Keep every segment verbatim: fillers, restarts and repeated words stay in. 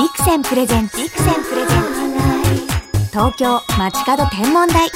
ビクセンプレゼンツビクセンプレゼンツ東京街角天文台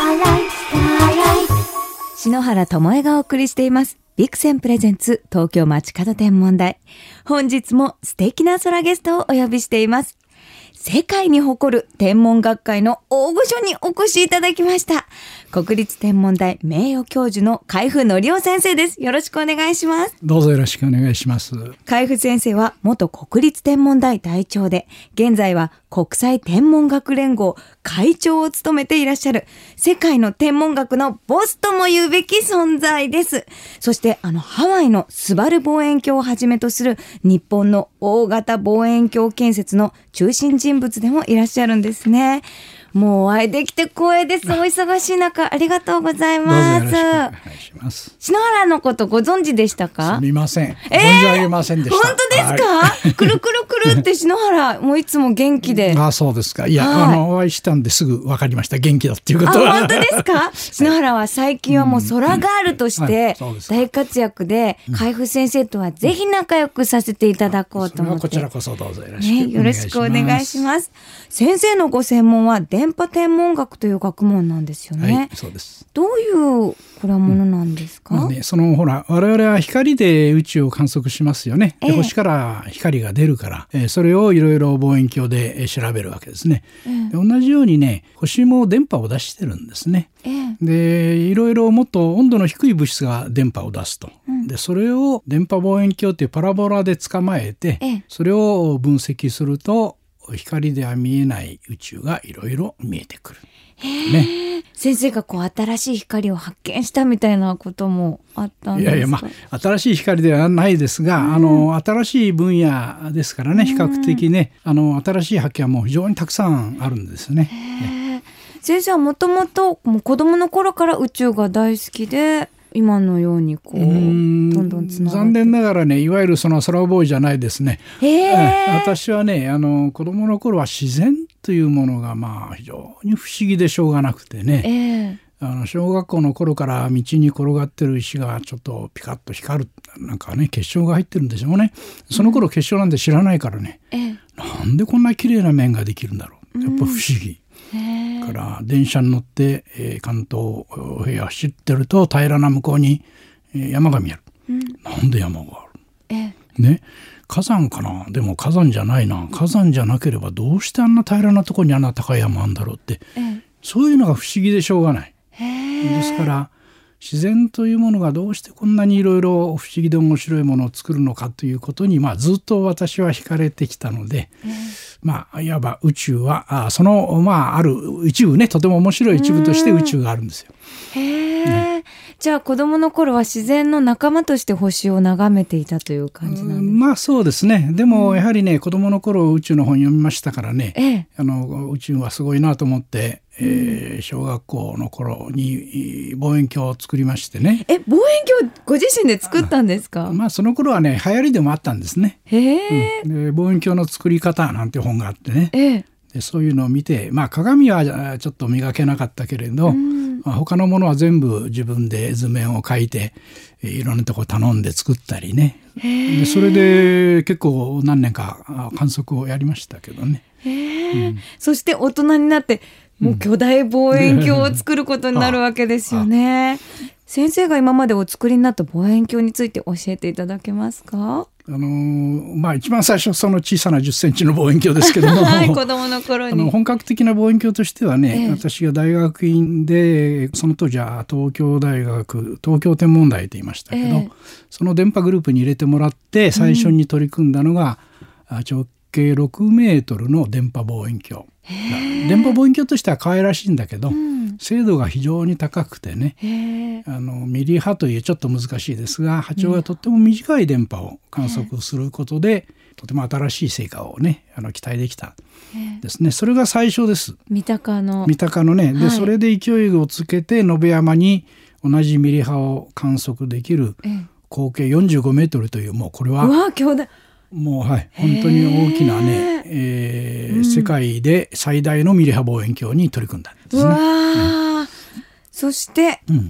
篠原智恵がお送りしていますビクセンプレゼンツ東京街角天文台。本日も素敵な空ゲストをお呼びしています。世界に誇る天文学会の大御所にお越しいただきました。国立天文台名誉教授の海部則夫先生です。よろしくお願いします。 どうぞよろしくお願いします。 海部先生は元国立天文台台長で、現在は国際天文学連合会長を務めていらっしゃる世界の天文学のボスとも言うべき存在です。そしてあのハワイのスバル望遠鏡をはじめとする日本の大型望遠鏡建設の中心人物でもいらっしゃるんですね。もうお会いできて光栄です。お忙しい中ありがとうございます。 どうぞよろしくお願いします。 篠原のことご存知でしたか？ すみません、 えー、 存じ上げませんでした。 本当ですか？はい、くるくるくるって篠原もういつも元気であ、そうですか。いや、はい、あのお会いしたんですぐ分かりました。元気だっていうことは。 あ、本当ですか？篠原は最近はもう空ガールとして大活躍で、海部先生とはぜひ仲良くさせていただこうと思って、 こちらこそどうぞよろしくお願いします。 ね、よろしくお願いします。先生のご専門は電波天文学という学問なんですよね。 はい、そうです。 どういうこれはものなんですか？ うんまあね、そのほら我々は光で宇宙を観測しますよね。で、ええ、星から光が出るから、えー、それをいろいろ望遠鏡で調べるわけですね。ええ、で同じようにね、星も電波を出してるんですね。ええ、でいろいろもっと温度の低い物質が電波を出すと、うん、でそれを電波望遠鏡というパラボラで捕まえて、ええ、それを分析すると光では見えない宇宙がいろいろ見えてくる。 ね、先生がこう新しい光を発見したみたいなこともあったんですか？ いやいや、まあ、新しい光ではないですが、うん、あの新しい分野ですからね、比較的ね、うん、あの新しい発見はもう非常にたくさんあるんですね。ね、 先生はもともと子供の頃から宇宙が大好きで、今のようにこうどんどんつながって、 残念ながらね、いわゆるその空ボーイじゃないですね。 へー、 私はね、あの子供の頃は自然というものがまあ非常に不思議でしょうがなくてね、えー、あの小学校の頃から道に転がってる石がちょっとピカッと光る、なんかね、結晶が入ってるんでしょうね。その頃結晶なんて知らないからね、うん、なんでこんな綺麗な面ができるんだろう、やっぱ不思議、うん、から電車に乗って、えー、関東平野走ってると平らな向こうに、えー、山が見える、うん、なんで山がある、えー、ね、火山かな、でも火山じゃないな、火山じゃなければどうしてあんな平らなところにあんな高い山あんだろうって、えー、そういうのが不思議でしょうがない。ですから自然というものがどうしてこんなにいろいろ不思議で面白いものを作るのかということに、まあ、ずっと私は惹かれてきたので、えー、まあ、いわば宇宙はあその、まあ、ある一部ね、とても面白い一部として宇宙があるんですよ。 へー、ね、じゃあ子どもの頃は自然の仲間として星を眺めていたという感じなんですか？ まあそうですね。でもやはりね、うん、子どもの頃宇宙の本読みましたからね、ええ、あの宇宙はすごいなと思って、えー、小学校の頃に望遠鏡を作りましてね。 え、望遠鏡ご自身で作ったんですか？ あまあその頃はね、流行りでもあったんですね。 へー、 うん、で望遠鏡の作り方なんて本があってね、ええ、でそういうのを見て、まあ鏡はちょっと磨けなかったけれど、うんまあ、他のものは全部自分で図面を描いていろんなとこ頼んで作ったりね。でそれで結構何年か観測をやりましたけどね。 へー、うん、そして大人になってもう巨大望遠鏡を作ることになるわけですよね。ああ先生が今までお作りになった望遠鏡について教えていただけますか？ あのーまあ、一番最初その小さなじゅっセンチの望遠鏡ですけども、 はい、子供の頃にあの本格的な望遠鏡としてはね、ええ、私が大学院でその当時は東京大学東京天文台と言いましたけど、え、その電波グループに入れてもらって最初に取り組んだのが、うん、直径ろくメートルの電波望遠鏡。電波望遠鏡としては可愛らしいんだけど、うん、精度が非常に高くてね、あのミリ波というちょっと難しいですが波長がとっても短い電波を観測することで、うん、とても新しい成果をねあの期待できたですね。それが最初です。 三鷹の三鷹のね、で、はい、それで勢いをつけて野辺山に同じミリ波を観測できる合計よんじゅうごメートルという、もうこれはうわ強大もうはい本当に大きなね、えーうん、世界で最大のミリ波望遠鏡に取り組んだんですね。 うわ、うん、そして、 うん、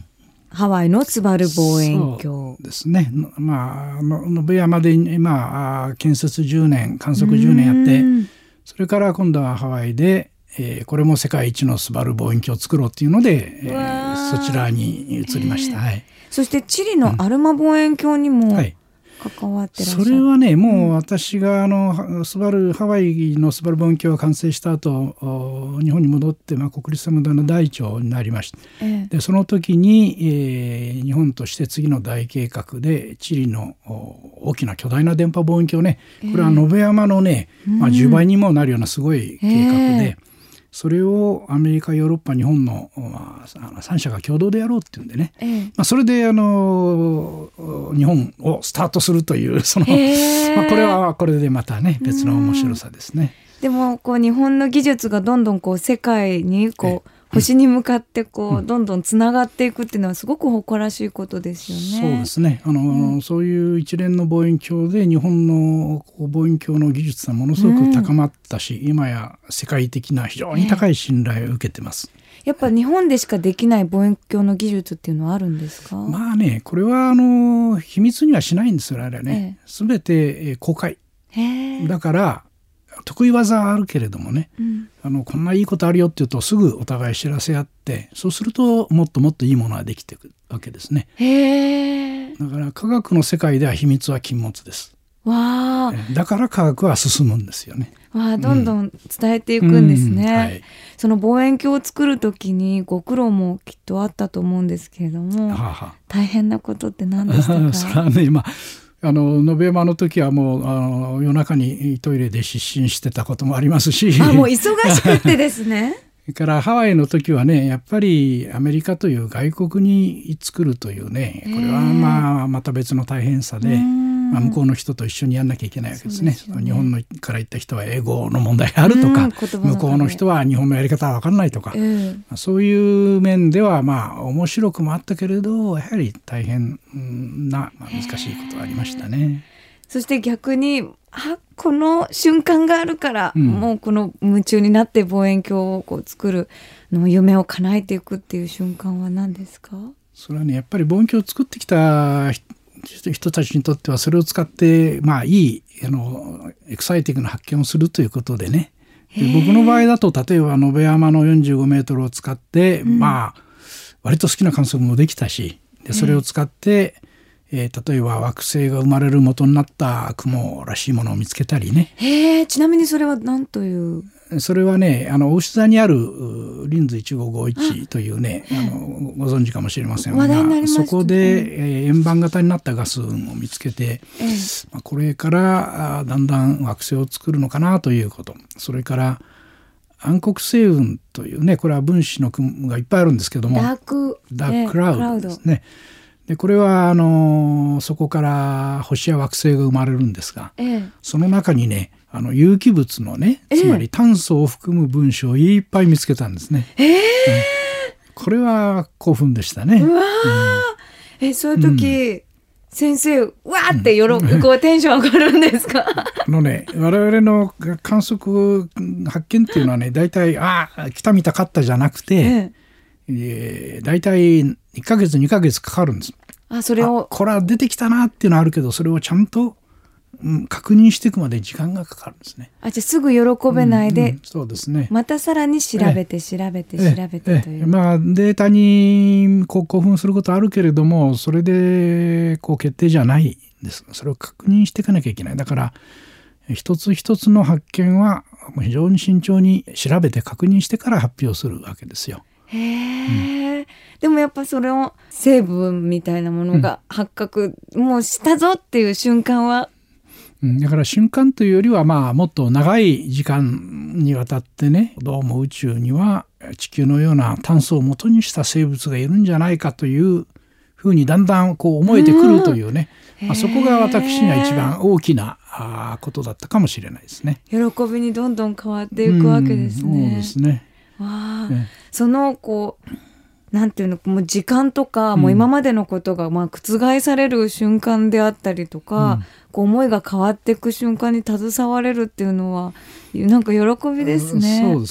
ハワイのスバル望遠鏡。 そうですね。まあの延山で今建設じゅうねん観測じゅうねんやって、それから今度はハワイで、えー、これも世界一のスバル望遠鏡を作ろうっていうので、えー、そちらに移りました。はい。 そしてチリのアルマ望遠鏡にも、うん、はい関わってらっしゃる。 それはね、もう私があのスバルハワイのスバル望遠鏡が完成した後日本に戻って、まあ、国立天文台の第一長になりました、ええ、でその時に、えー、日本として次の大計画でチリの大きな巨大な電波望遠鏡ね、これは延山のね、えーまあ、じゅうばいにもなるようなすごい計画で、えーそれをアメリカヨーロッパ日本の、まあ、さん社が共同でやろうっていうんでね、えーまあ、それであの日本をスタートするというその、えーまあ、これはこれでまたね別の面白さですね。 でもこう日本の技術がどんどんこう世界にこう星に向かってこう、うん、どんどんつながっていくっていうのはすごく誇らしいことですよね。 そうですね。あの、うん、そういう一連の望遠鏡で日本の望遠鏡の技術はものすごく高まったし、うん、今や世界的な非常に高い信頼を受けてます。 やっぱ日本でしかできない望遠鏡の技術っていうのはあるんですか？ まあね、これはあの秘密にはしないんですよあれはね。すべ、ええ、て公開。へだから得意技はあるけれどもね、うん、あのこんないいことあるよって言うとすぐお互い知らせ合って、そうするともっともっといいものができていくわけですね。へだから科学の世界では秘密は禁物です。わだから科学は進むんですよね。 わどんどん伝えていくんですね、うんはい、その望遠鏡を作るときにご苦労もきっとあったと思うんですけれども、はあはあ、大変なことって何でしたか？ それはね、まああの延山の時はもうあの夜中にトイレで失神してたこともありますし、 あもう忙しくってですねそれからハワイの時はねやっぱりアメリカという外国に作るというねこれはまあまた別の大変さで、まあ、向こうの人と一緒にやんなきゃいけないわけですね。そうですよね。日本のから行った人は英語の問題があるとか、向こうの人は日本のやり方は分からないとか、えーまあ、そういう面ではまあ面白くもあったけれどやはり大変な、まあ、難しいことがありましたね。 そして逆にあこの瞬間があるから、うん、もうこの夢中になって望遠鏡をこう作るの夢を叶えていくっていう瞬間は何ですか？ それはねやっぱり望遠鏡を作ってきた人たちにとってはそれを使ってまあいいあのエクサイティングな発見をするということでね、で僕の場合だと例えば延山のよんじゅうごメートルを使って、うん、まあ割と好きな観測もできたし、でそれを使って、えー、例えば惑星が生まれる元になった雲らしいものを見つけたりね。 へー、ちなみにそれは何という？ それはねあの大牛座にあるリンズいちごごいちというねあのご存知かもしれませんが、 話題になりましたね。 そこで、えー、円盤型になったガス雲を見つけて、えーまあ、これからだんだん惑星を作るのかなということ、それから暗黒星雲というねこれは分子の雲がいっぱいあるんですけどもダークダーククラウドですね。でこれはあのそこから星や惑星が生まれるんですが、ええ、その中にねあの有機物のねつまり炭素を含む分子をいっぱい見つけたんですね、えーうん、これは興奮でしたね。 うわ、うん、えそういう時、うん、先生うわーってよろ、うん、こうテンション上がるんですか？ あのね我々の観測発見っていうのはねだいたいああ来た見たかったじゃなくて、えええー、だいたいいっかげつにかげつかかるんです。 あそれをこれは出てきたなっていうのはあるけどそれをちゃんと、うん、確認していくまで時間がかかるんですね。 あじゃあすぐ喜べないで、うんうん、 そうですね、 またさらに調べて調べて調べてという、 まあ、データにこう興奮することあるけれどもそれでこう決定じゃないんです。それを確認していかなきゃいけない。だから一つ一つの発見は非常に慎重に調べて確認してから発表するわけですよ。 へー、うん、でもやっぱそれを成分みたいなものが発覚、うん、もうしたぞっていう瞬間は、 うん、だから瞬間というよりはまあもっと長い時間にわたってねどうも宇宙には地球のような炭素を元にした生物がいるんじゃないかというふうにだんだんこう思えてくるというね、うんまあ、そこが私には一番大きなことだったかもしれないですね。 喜びにどんどん変わっていくわけですね。 うん、そうですね。 わね、そのこうなんていうのもう時間とか、うん、もう今までのことがまあ覆される瞬間であったりとか、うん、こう思いが変わっていく瞬間に携われるっていうのはなんか喜びですね。 そうですね。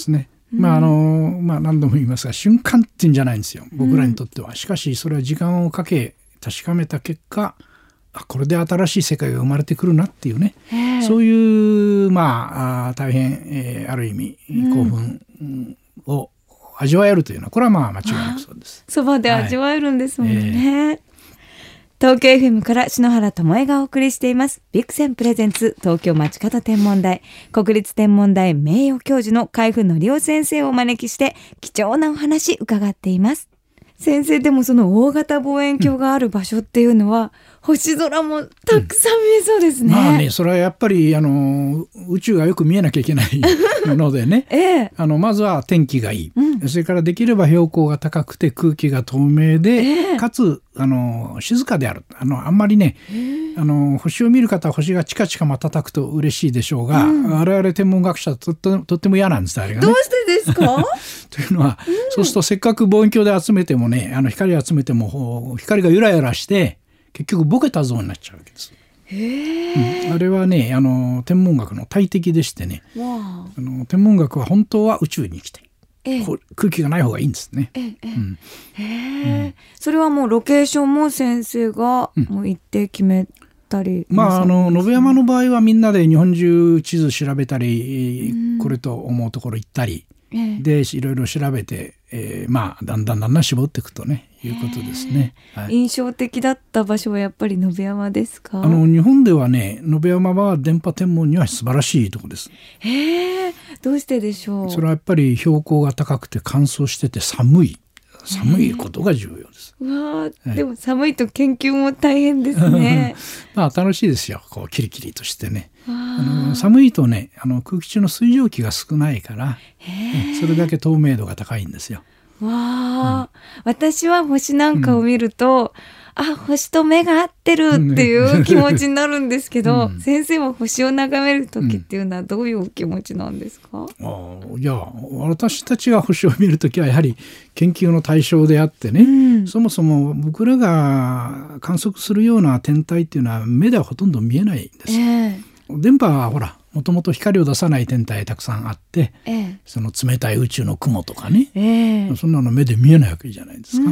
まああのまあ、何度も言いますが瞬間っていうんじゃないんですよ僕らにとっては、うん、しかしそれは時間をかけ確かめた結果あこれで新しい世界が生まれてくるなっていうねそういうまあ、あ大変、えー、ある意味興奮を味わえるというのはこれはまあ間違いなくそうです。 そばで味わえるんですもんね、はいえー、東京 エフエム から篠原智恵がお送りしていますビクセンプレゼンツ東京街角天文台国立天文台名誉教授の海部則夫先生をお招きして貴重なお話伺っています。先生でもその大型望遠鏡がある場所っていうのは、うん、星空もたくさん見えそうですね、うん、 まあねそれはやっぱりあの宇宙がよく見えなきゃいけないのでね、ええ、あのまずは天気がいい、うん、それからできれば標高が高くて空気が透明で、ええ、かつあの静かである あのあんまりねあの星を見る方は星がチカチカ瞬くと嬉しいでしょうが、うん、我々天文学者はとってとっても嫌なんですあれがね。 どうしてですかというのは、うん、そうするとせっかく望遠鏡で集めてもねあの光を集めても光がゆらゆらして結局ボケた像になっちゃうわけです。へうん、あれはねあの天文学の大敵でしてねあの天文学は本当は宇宙に来てええ、空気がない方がいいんですね。ええうんへうん、それはもうロケーションも先生がもう行って決めたり、 うん、まああの延山の場合はみんなで日本中地図調べたり、うん、これと思うところ行ったり、ええ、でいろいろ調べて、えー、まあだんだんだんだん絞っていくとねいうことですね、 はい、印象的だった場所はやっぱり延山ですか？ あの日本ではね延山は電波天文には素晴らしいところです。 へーどうしてでしょう？ それはやっぱり標高が高くて乾燥してて寒い寒いことが重要です。 うわ、はい、でも寒いと研究も大変ですねまあ楽しいですよこうキリキリとしてね。あの寒いとねあの空気中の水蒸気が少ないからそれだけ透明度が高いんですよ。 わあ、うん、私は星なんかを見ると、うん、あ星と目が合ってるっていう気持ちになるんですけど、うん、先生は星を眺める時っていうのはどういう気持ちなんですか？うん、 あいや私たちが星を見る時はやはり研究の対象であってね、うん、そもそも僕らが観測するような天体っていうのは目ではほとんど見えないんですよ、えー、電波はほらもともと光を出さない天体たくさんあって、ええ、その冷たい宇宙の雲とかね、ええ、そんなの目で見えないわけじゃないですか、うん、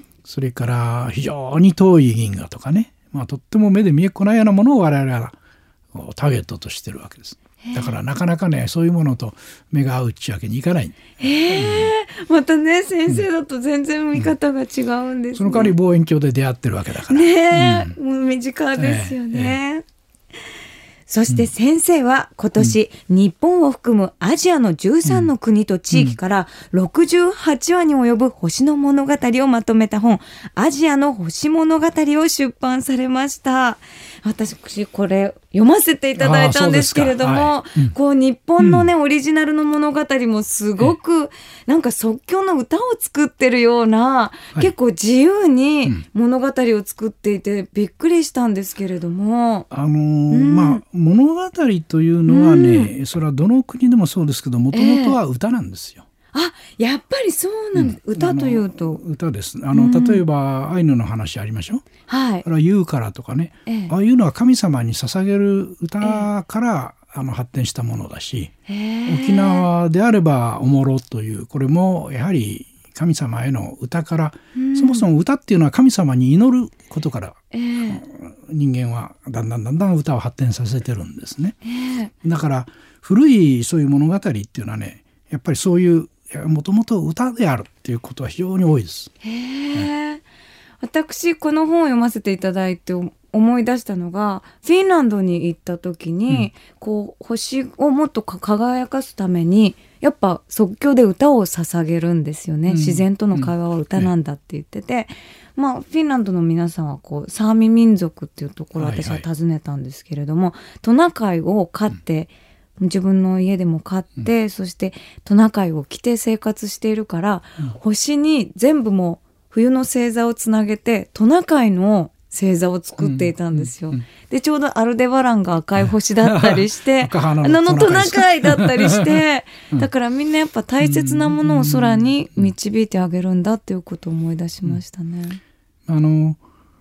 それから非常に遠い銀河とかね、まあ、とっても目で見えっこないようなものを我々はターゲットとしてるわけです。だからなかなかねそういうものと目が合うっちゅうわけにいかない。 へー、うん、またね先生だと全然見方が違うんですね、うん、 その代わり望遠鏡で出会ってるわけだからね、うん、もう身近ですよね、えーえーそして先生は今年、うん、日本を含むアジアのじゅうさんの国と地域からろくじゅうはちわに及ぶ星の物語をまとめた本、アジアの星物語を出版されました。私これ読ませていただいたんですけれども、はいうん、こう日本のね、うん、オリジナルの物語もすごくなんか即興の歌を作ってるような、はい、結構自由に物語を作っていてびっくりしたんですけれども、 あのーうん、まあ物語というのはね、うん、それはどの国でもそうですけどもともとは歌なんですよ、 えー、あやっぱりそうなんです、うん、歌というと歌です。あの、うん、例えばアイヌの話ありましょう、はい、あれはユーカラとかね、えー、ああいうのは神様に捧げる歌から、えー、あの発展したものだし、えー、沖縄であればおもろというこれもやはり神様への歌から、うん、そもそも歌っていうのは神様に祈ることから、えー、人間はだんだんだんだん歌を発展させてるんですね、えー、だから古いそういう物語っていうのはねやっぱりそういうもともと歌であるっていうことは非常に多いです。 へー、はい、私この本を読ませていただいて思い出したのがフィンランドに行った時に、うん、こう星をもっと輝かすためにやっぱ即興で歌を捧げるんですよね、うん、自然との会話は歌なんだって言ってて、うんまあ、フィンランドの皆さんはこうサーミ民族っていうところを私は訪ねたんですけれども、はいはい、トナカイを飼って、うん、自分の家でも飼って、うん、そしてトナカイを着て生活しているから、うん、星に全部もう冬の星座をつなげてトナカイの星座を作っていたんですよ、うんうんうん、でちょうどアルデバランが赤い星だったりしてあのトナカイだったりしてだからみんなやっぱ大切なものを空に導いてあげるんだっていうことを思い出しましたね、 うん、あの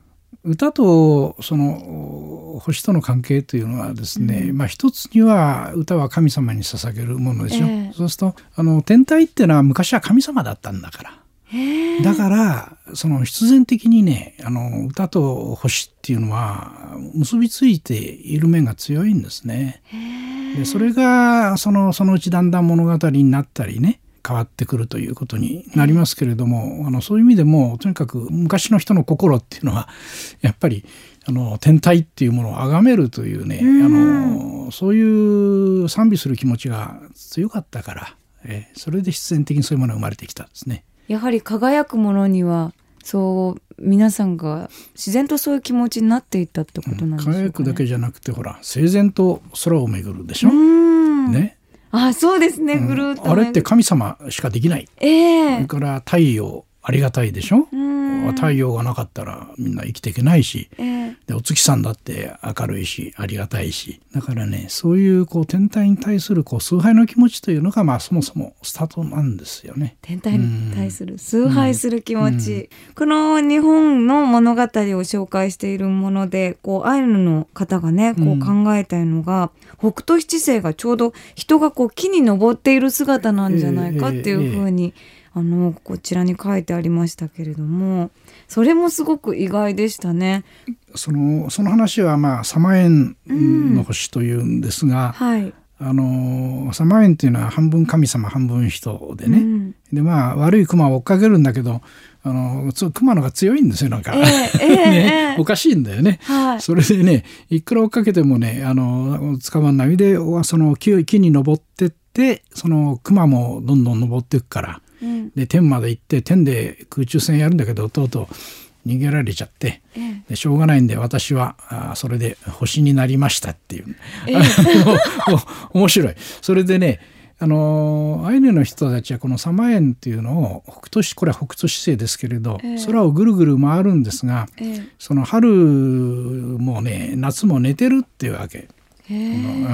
歌とその星との関係というのはですね、うん、まあ一つには歌は神様に捧げるものでしょ、えー、そうするとあの天体っていうのは昔は神様だったんだから、だからその必然的にね、あの歌と星っていうのは結びついている面が強いんですね。でそれがそのそのうちだんだん物語になったりね、変わってくるということになりますけれども、あのそういう意味でもとにかく昔の人の心っていうのはやっぱりあの天体っていうものを崇めるというね、あのそういう賛美する気持ちが強かったから、えそれで必然的にそういうものが生まれてきたんですね。 やはり輝くものにはそう皆さんが自然とそういう気持ちになっていったってことなんでしょうかね。 輝くだけじゃなくてほら整然と空を巡るでしょ。ね。 あ、そうですね、ぐるっと、 うん、あれって神様しかできない、 えー、 それから太陽ありがたいでしょ。太陽がなかったらみんな生きていけないし、えー、でお月さんだって明るいしありがたいし、だからねそういうこう天体に対するこう崇拝の気持ちというのが、まあそもそもスタートなんですよね。 天体に対する崇拝する気持ち、うんうん、この日本の物語を紹介しているもので、こうアイヌの方がねこう考えたのが、うん、北斗七星がちょうど人がこう木に登っている姿なんじゃないかっていうふうに、えーえーえーあのこちらに書いてありましたけれども、それもすごく意外でしたね。 その、その話はまあサマエンの星というんですが、うん、はい、あのサマエンというのは半分神様半分人でね、うん、でまあ悪い熊を追っかけるんだけど、あの熊のが強いんですよなんか、えーえーね、おかしいんだよね、はい、それでねいくら追っかけてもねあの捕まんないで、その 木, 木に登ってってその熊もどんどん登っていくから、うん、で天まで行って天で空中戦やるんだけどとうとう逃げられちゃって、ええ、でしょうがないんで私はあそれで星になりましたっていう、ええ、面白い。それでねあのアイヌの人たちはこのサマエンっていうのを北斗これは北斗七星ですけれど、ええ、空をぐるぐる回るんですが、ええ、その春もね夏も寝てるっていうわけ、ええ、うん、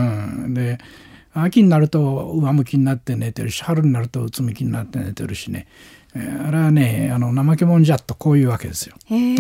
で秋になると上向きになって寝てるし、春になるとうつむきになって寝てるしね、えー、あれはねあの怠け者じゃとこういうわけですよ。へ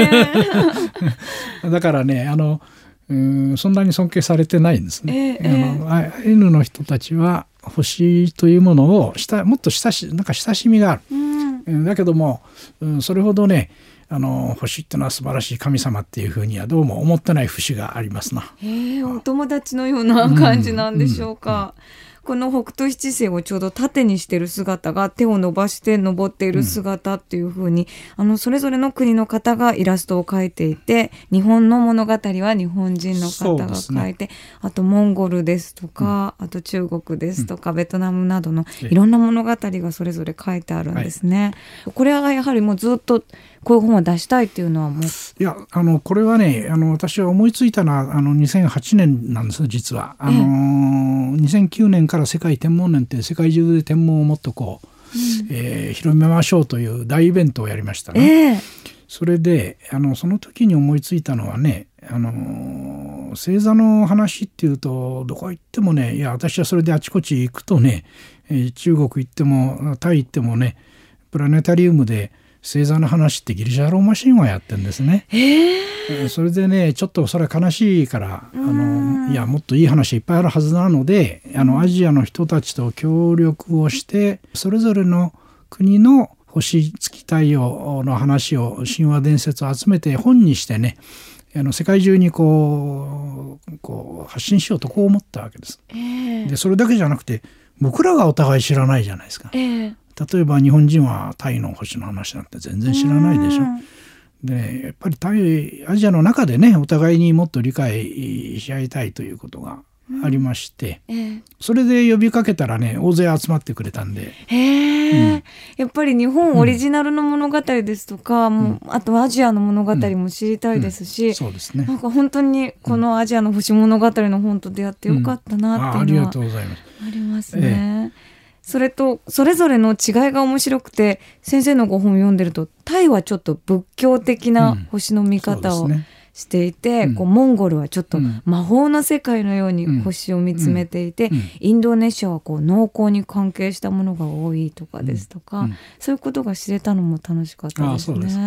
だからねあのうんそんなに尊敬されてないんですね。えー、あのアイヌの人たちは星というものをしたもっと親しなんか親しみがある、うん、だけども、うん、それほどねあの星ってのは素晴らしい神様っていうふうにはどうも思ってない節がありますな。 へえ、お友達のような感じなんでしょうか。うんうんうん、この北斗七星をちょうど縦にしている姿が手を伸ばして登っている姿っていう風に、うん、あのそれぞれの国の方がイラストを描いていて、日本の物語は日本人の方が描いて、ね、あとモンゴルですとか、うん、あと中国ですとか、うん、ベトナムなどのいろんな物語がそれぞれ書いてあるんですね。はい、これはやはりもうずっとこういう本を出したいっていうのはもういやあのこれはねあの私は思いついたのはあのにせんはちねんなんです実は。あのにせんきゅうねんから世界天文年って世界中で天文をもっとこう、うんえー、広めましょうという大イベントをやりましたね。えー、それであのその時に思いついたのはねあの星座の話っていうとどこ行ってもねいや私はそれであちこち行くとね、えー、中国行ってもタイ行ってもねプラネタリウムで星座の話ってギリシャローマ神話やってるんですね。えー、それでねちょっとそれは悲しいからあのいやもっといい話いっぱいあるはずなのであのアジアの人たちと協力をしてそれぞれの国の星月太陽の話を神話伝説を集めて本にしてねあの世界中にこう、こう発信しようとこう思ったわけです。えー、でそれだけじゃなくて僕らがお互い知らないじゃないですか。えー例えば日本人はタイの星の話なんて全然知らないでしょ。で、ね、やっぱりタイアジアの中でねお互いにもっと理解し合いたいということがありまして、うんえー、それで呼びかけたらね大勢集まってくれたんで、 へー、うん、やっぱり日本オリジナルの物語ですとか、うん、もうあとアジアの物語も知りたいですし、うんうん、 そうですね、 なんか本当にこのアジアの星物語の本と出会ってよかったなっていうのは、うん、あ、ありがとうございます。ありますね。えーそれとそれぞれの違いが面白くて先生のご本を読んでるとタイはちょっと仏教的な星の見方をしていて、うんね、こうモンゴルはちょっと魔法の世界のように星を見つめていて、うんうん、インドネシアはこう農耕に関係したものが多いとかですとか、うんうん、そういうことが知れたのも楽しかったですね。ああ、そうです。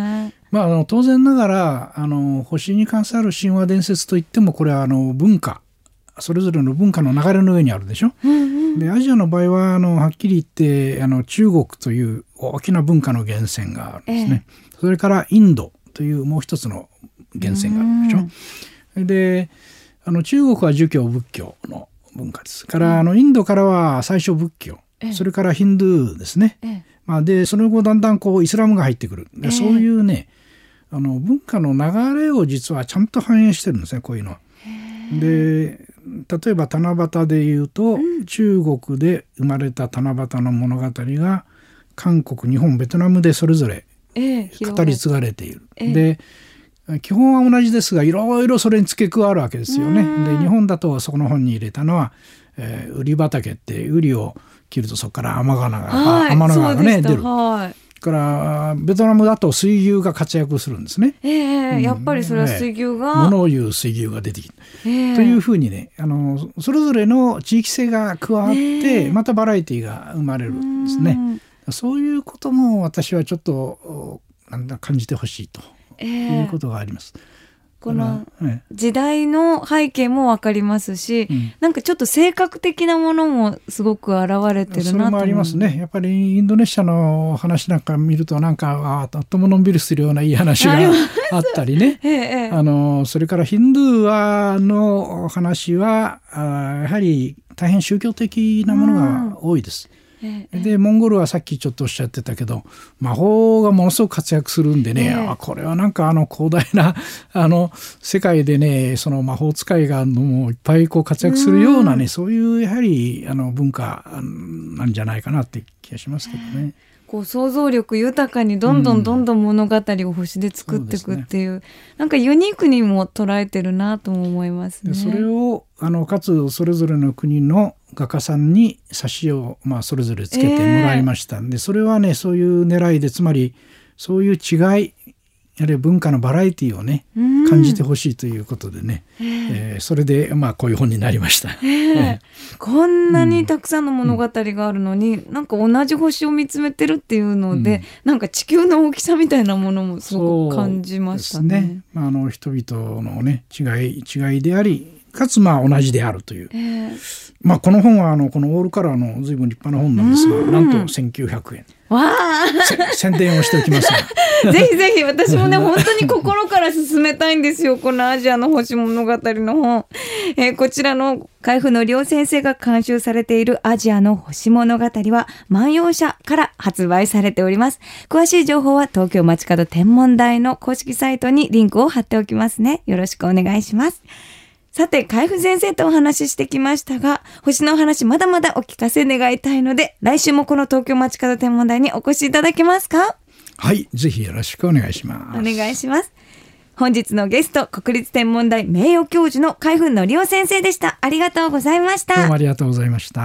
まあ、あの当然ながらあの星に関する神話伝説といってもこれはあの文化それぞれの文化の流れの上にあるでしょ、うんうん、でアジアの場合はあのはっきり言ってあの中国という大きな文化の源泉があるんですね、ええ、それからインドというもう一つの源泉があるでしょ、うん、であの中国は儒教仏教の文化ですから、うん、あのインドからは最初仏教、ええ、それからヒンドゥーですね、ええ、まあ、でその後だんだんこうイスラムが入ってくるで、ええ、そういうねあの文化の流れを実はちゃんと反映してるんですねこういうのは。で例えば七夕でいうと、うん、中国で生まれた七夕の物語が韓国日本ベトナムでそれぞれ語り継がれている、えー、で基本は同じですがいろいろそれに付け加わるわけですよね。で日本だとそこの本に入れたのは、えー、瓜畑って瓜を切るとそこから天川が、はい、天の川がね出る、はい、からベトナムだと水牛が活躍するんですね、 えーうん、やっぱりそれは水牛が、 えー、物を言う水牛が出てきる、えー、というふうにねあのそれぞれの地域性が加わって、えー、またバラエティが生まれるんですね。そういうことも私はちょっとなんだ感じてほしいということがあります、えーこの時代の背景も分かりますし、うん、なんかちょっと性格的なものもすごく現れてるなと。 それもありますね。やっぱりインドネシアの話なんか見るとなんかあとってものんびりするようないい話があったりねええ、あのそれからヒンドゥーワの話はあやはり大変宗教的なものが多いです、うんでモンゴルはさっきちょっとおっしゃってたけど魔法がものすごく活躍するんでね、えー、あこれはなんかあの広大なあの世界でねその魔法使いがもういっぱいこう活躍するようなねそういうやはりあの文化なんじゃないかなって気がしますけどね。 こう想像力豊かにどんどんどんどん物語を星で作っていくっていう、うん、そうですね、なんかユニークにも捉えてるなとも思いますね。 それをあのかつそれぞれの国の画家さんに挿しを、まあ、それぞれつけてもらいましたんで、えー、それはねそういう狙いでつまりそういう違いやはり文化のバラエティをね、うん、感じてほしいということでね、えーえー、それで、まあ、こういう本になりました、 えー、こんなにたくさんの物語があるのに、うん、なんか同じ星を見つめてるっていうので、うん、なんか地球の大きさみたいなものもすごく感じましたね。そうですね、 まあ、あの人々の、ね、違い、違いでありかつまあ同じであるという、えーまあ、この本はあのこのオールカラーの随分立派な本なんですが、うん、なんとせんきゅうひゃくえんわあ宣伝をしておきますがぜひぜひ私もね本当に心から勧めたいんですよこのアジアの星物語の本、えー、こちらの海部則夫先生が監修されているアジアの星物語は万葉社から発売されております。詳しい情報は東京街角天文台の公式サイトにリンクを貼っておきますね。よろしくお願いします。さて海部先生とお話ししてきましたが星のお話まだまだお聞かせ願いたいので来週もこの東京街角天文台にお越しいただけますか？ はいぜひよろしくお願いします。 お願いします。本日のゲスト国立天文台名誉教授の海部則夫先生でした。ありがとうございました。 どうもありがとうございました。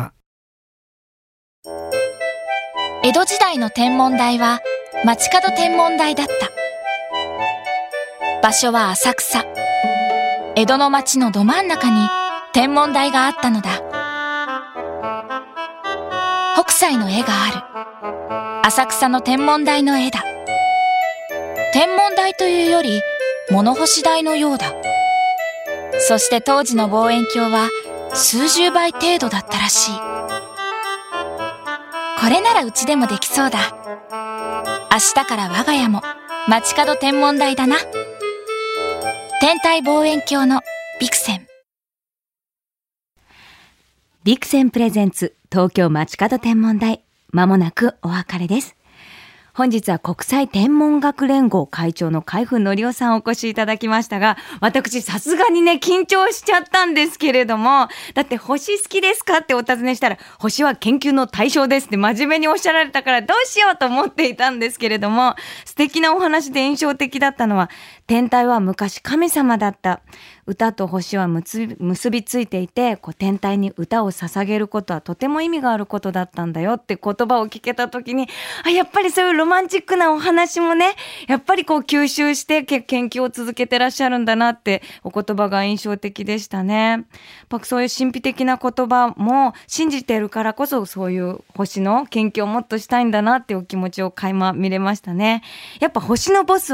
江戸時代の天文台は街角天文台だった。場所は浅草。江戸の町のど真ん中に天文台があったのだ。北斎の絵がある。浅草の天文台の絵だ。天文台というより物干し台のようだ。そして当時の望遠鏡は数十倍程度だったらしい。これならうちでもできそうだ。明日から我が家も街角天文台だな。天体望遠鏡のビクセン。 ビクセンプレゼンツ東京街角天文台、まもなくお別れです。本日は国際天文学連合会長の海部則夫さんお越しいただきましたが、私さすがにね緊張しちゃったんですけれども、だって星好きですかってお尋ねしたら星は研究の対象ですって真面目におっしゃられたからどうしようと思っていたんですけれども、素敵なお話で印象的だったのは天体は昔神様だった、歌と星は結びついていてこう天体に歌を捧げることはとても意味があることだったんだよって言葉を聞けた時に、あやっぱりそういうロマンチックなお話もねやっぱりこう吸収して研究を続けてらっしゃるんだなってお言葉が印象的でしたね。やっぱそういう神秘的な言葉も信じてるからこそそういう星の研究をもっとしたいんだなっていうお気持ちを垣間見れましたね。やっぱ星のボスは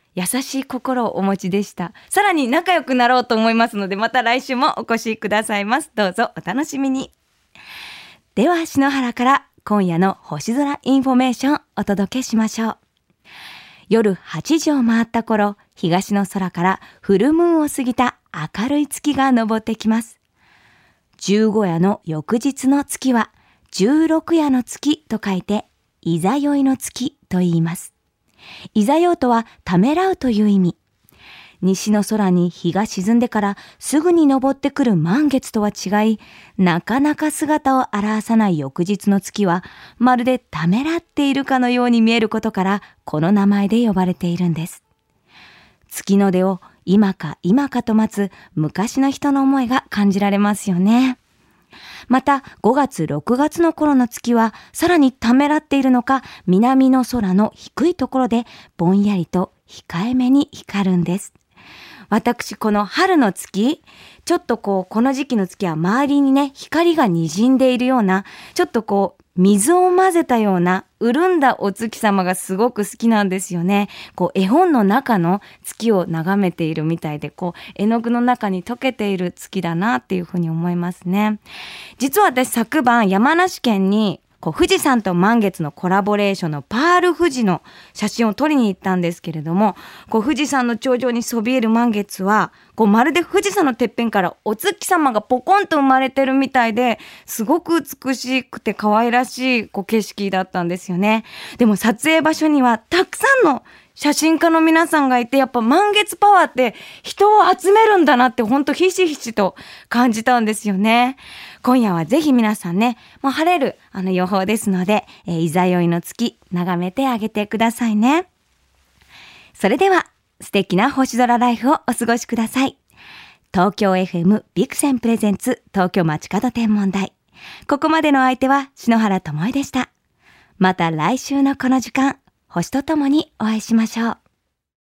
優しい心をお持ちでした。さらに仲良くなろうと思いますので、また来週もお越しくださいます。どうぞお楽しみに。では篠原から今夜の星空インフォメーションお届けしましょう。夜はちじを回った頃、東の空からフルムーンを過ぎた明るい月が昇ってきます。十五夜の翌日の月は十六夜の月と書いていざよいの月と言います。いざようとはためらうという意味。西の空に日が沈んでからすぐに昇ってくる満月とは違い、なかなか姿を現さない翌日の月はまるでためらっているかのように見えることから、この名前で呼ばれているんです。月の出を今か今かと待つ昔の人の思いが感じられますよね。またごがつろくがつの頃の月はさらにためらっているのか、南の空の低いところでぼんやりと控えめに光るんです。私この春の月、ちょっとこうこの時期の月は周りにね光が滲んでいるような、ちょっとこう水を混ぜたような潤んだお月様がすごく好きなんですよね。こう絵本の中の月を眺めているみたいで、こう絵の具の中に溶けている月だなっていうふうに思いますね。実は私昨晩山梨県にこう富士山と満月のコラボレーションのパール富士の写真を撮りに行ったんですけれども、こう富士山の頂上にそびえる満月はこうまるで富士山のてっぺんからお月様がポコンと生まれてるみたいで、すごく美しくて可愛らしいこう景色だったんですよね。でも撮影場所にはたくさんの写真家の皆さんがいて、やっぱ満月パワーって人を集めるんだなって本当ひしひしと感じたんですよね。今夜はぜひ皆さんね、もう晴れるあの予報ですので、えー、いざよいの月眺めてあげてくださいね。それでは素敵な星空ライフをお過ごしください。東京 エフエム ビクセンプレゼンツ東京街角天文台。ここまでの相手は篠原ともえでした。また来週のこの時間、星とともにお会いしましょう。